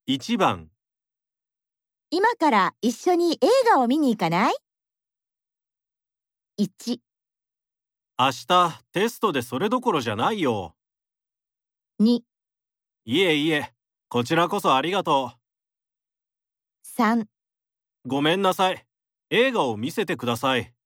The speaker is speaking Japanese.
1番、 今から一緒に映画を見に行かない？ 1、 明日テストでそれどころじゃないよ。 2、 いえいえ、こちらこそありがと 3 う。ごめんなさい。映画を見せてください。